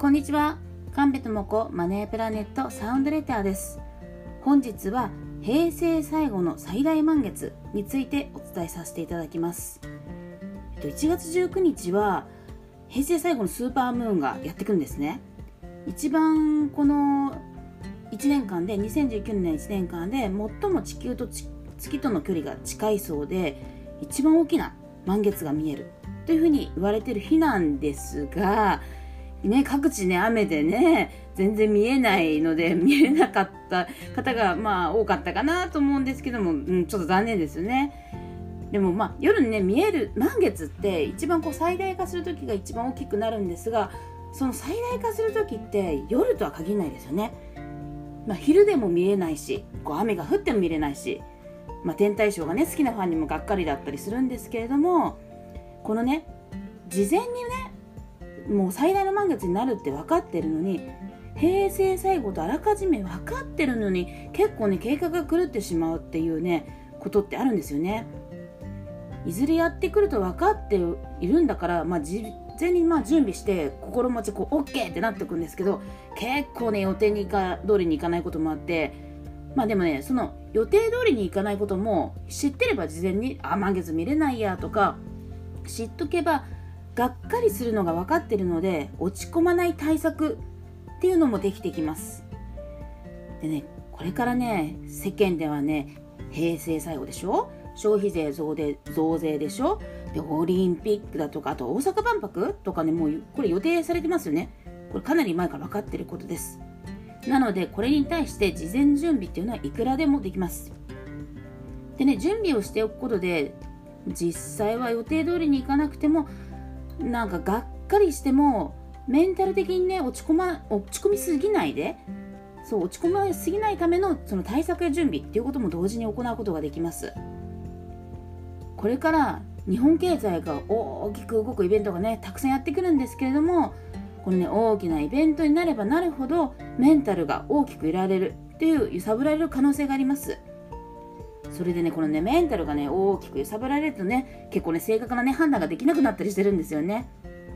こんにちは。神戸智子マネープラネットサウンドレターです。本日は平成最後の最大満月についてお伝えさせていただきます。1月19日は平成最後のスーパームーンがやってくるんですね。一番この1年間で2019年の1年間で最も地球と月との距離が近いそうで、一番大きな満月が見えるというふうに言われている日なんですが、各地雨で全然見えないので見れなかった方が多かったかなと思うんですけども、ちょっと残念ですよね。でも夜に見える満月って一番最大化する時が一番大きくなるんですが、その最大化する時って夜とは限らないですよね。昼でも見えないし、雨が降っても見れないし、天体ショーが好きなファンにもがっかりだったりするんですけれども、この事前にもう最大の満月になるって分かってるのに、平成最後とあらかじめ分かってるのに結構計画が狂ってしまうっていうことってあるんですよね。いずれやってくると分かっているんだから、事前に準備して心持ちOK ってなってくるんですけど、結構予定通りにいかないこともあって、でもその予定通りにいかないことも知ってれば事前に満月見れないやとか知っとけばがっかりするのが分かっているので、落ち込まない対策っていうのもできてきます。でこれから世間では平成最後でしょ、消費税増税でしょ、でオリンピックだとか、あと大阪万博とかもうこれ予定されてますよね。これかなり前から分かっていることです。なのでこれに対して事前準備っていうのはいくらでもできます。で準備をしておくことで、実際は予定通りにいかなくてもがっかりしてもメンタル的に落ち込みすぎないで、落ち込みすぎないためのその対策や準備っていうことも同時に行うことができます。これから日本経済が大きく動くイベントがたくさんやってくるんですけれども、この大きなイベントになればなるほどメンタルが大きく揺さぶられる可能性があります。それでこのメンタルが大きく揺さぶられると結構正確な判断ができなくなったりしてるんですよね。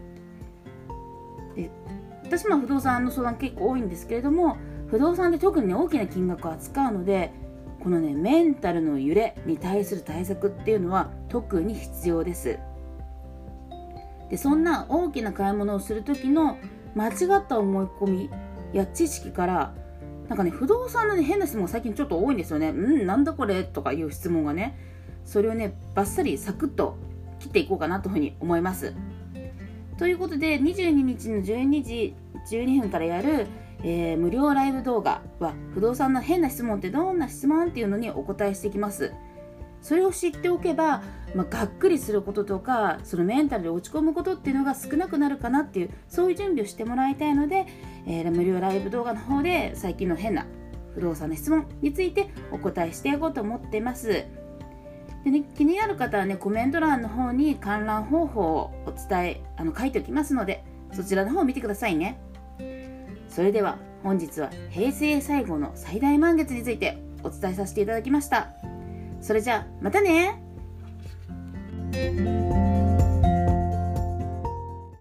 で私も不動産の相談結構多いんですけれども、不動産で特に大きな金額を扱うので、このメンタルの揺れに対する対策っていうのは特に必要です。でそんな大きな買い物をする時の間違った思い込みや知識から、不動産の変な質問が最近ちょっと多いんですよね。なんだこれとかいう質問がそれをバッサリサクッと切っていこうかなというふうに思います。ということで22日の12時12分からやる、無料ライブ動画は不動産の変な質問ってどんな質問っていうのにお答えしていきます。それを知っておけば、がっくりすることとかそのメンタルで落ち込むことっていうのが少なくなるかなっていう、そういう準備をしてもらいたいので、無料ライブ動画の方で最近の変な不動産の質問についてお答えしていこうと思っています。で気になる方はコメント欄の方に観覧方法を書いておきますので、そちらの方を見てくださいね。それでは本日は平成最後の最大満月についてお伝えさせていただきました。それじゃあまたね。